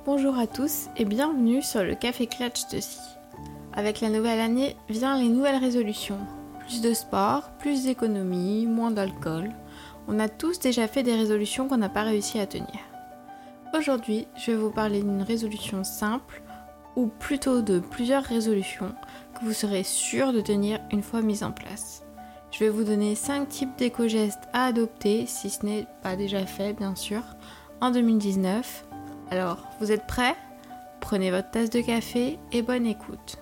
Bonjour à tous et bienvenue sur le Café Clutch de Si. Avec la nouvelle année viennent les nouvelles résolutions. Plus de sport, plus d'économie, moins d'alcool. On a tous déjà fait des résolutions qu'on n'a pas réussi à tenir. Aujourd'hui, je vais vous parler d'une résolution simple, ou plutôt de plusieurs résolutions que vous serez sûr de tenir une fois mises en place. Je vais vous donner 5 types d'éco-gestes à adopter, si ce n'est pas déjà fait bien sûr, en 2019. Alors, vous êtes prêts ? Prenez votre tasse de café et bonne écoute.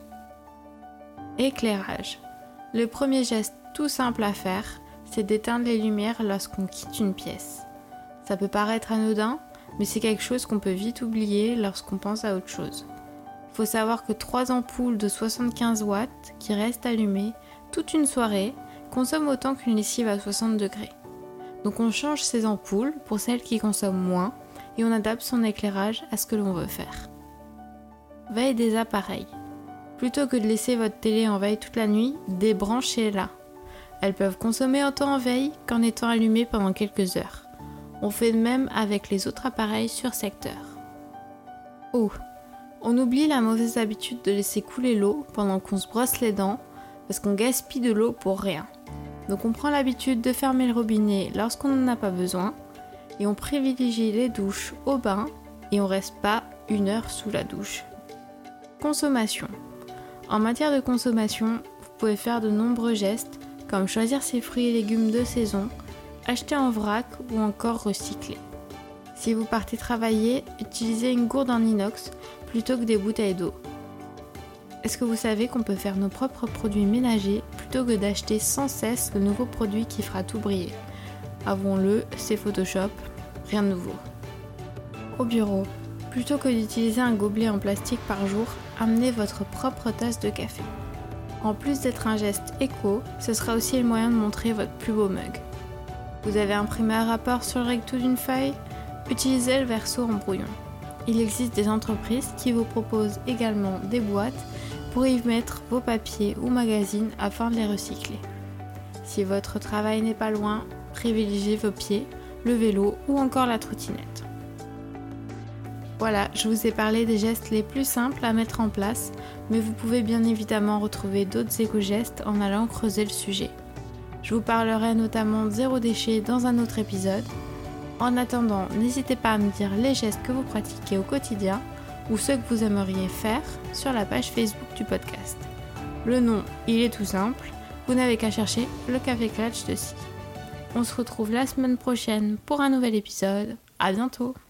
Éclairage. Le premier geste tout simple à faire, c'est d'éteindre les lumières lorsqu'on quitte une pièce. Ça peut paraître anodin, mais c'est quelque chose qu'on peut vite oublier lorsqu'on pense à autre chose. Il faut savoir que 3 ampoules de 75 watts qui restent allumées toute une soirée consomment autant qu'une lessive à 60 degrés. Donc on change ces ampoules pour celles qui consomment moins et on adapte son éclairage à ce que l'on veut faire. Veille des appareils. Plutôt que de laisser votre télé en veille toute la nuit, débranchez-la. Elles peuvent consommer autant en veille qu'en étant allumées pendant quelques heures. On fait de même avec les autres appareils sur secteur. Eau. On oublie la mauvaise habitude de laisser couler l'eau pendant qu'on se brosse les dents parce qu'on gaspille de l'eau pour rien. Donc on prend l'habitude de fermer le robinet lorsqu'on n'en a pas besoin et on privilégie les douches au bain et on reste pas 1 heure sous la douche. Consommation. En matière de consommation, vous pouvez faire de nombreux gestes comme choisir ses fruits et légumes de saison, acheter en vrac ou encore recycler. Si vous partez travailler, utilisez une gourde en inox plutôt que des bouteilles d'eau. Est-ce que vous savez qu'on peut faire nos propres produits ménagers plutôt que d'acheter sans cesse le nouveau produit qui fera tout briller ? Avouons-le, c'est Photoshop, rien de nouveau. Au bureau, plutôt que d'utiliser un gobelet en plastique par jour, amenez votre propre tasse de café. En plus d'être un geste éco, ce sera aussi le moyen de montrer votre plus beau mug. Vous avez imprimé un rapport sur le recto d'une feuille ? Utilisez le verso en brouillon. Il existe des entreprises qui vous proposent également des boîtes pour y mettre vos papiers ou magazines afin de les recycler. Si votre travail n'est pas loin, privilégiez vos pieds, le vélo ou encore la trottinette. Voilà, je vous ai parlé des gestes les plus simples à mettre en place, mais vous pouvez bien évidemment retrouver d'autres éco-gestes en allant creuser le sujet. Je vous parlerai notamment de zéro déchet dans un autre épisode. En attendant, n'hésitez pas à me dire les gestes que vous pratiquez au quotidien ou ceux que vous aimeriez faire sur la page Facebook du podcast. Le nom, il est tout simple, vous n'avez qu'à chercher le Café Clutch de Si. On se retrouve la semaine prochaine pour un nouvel épisode. À bientôt!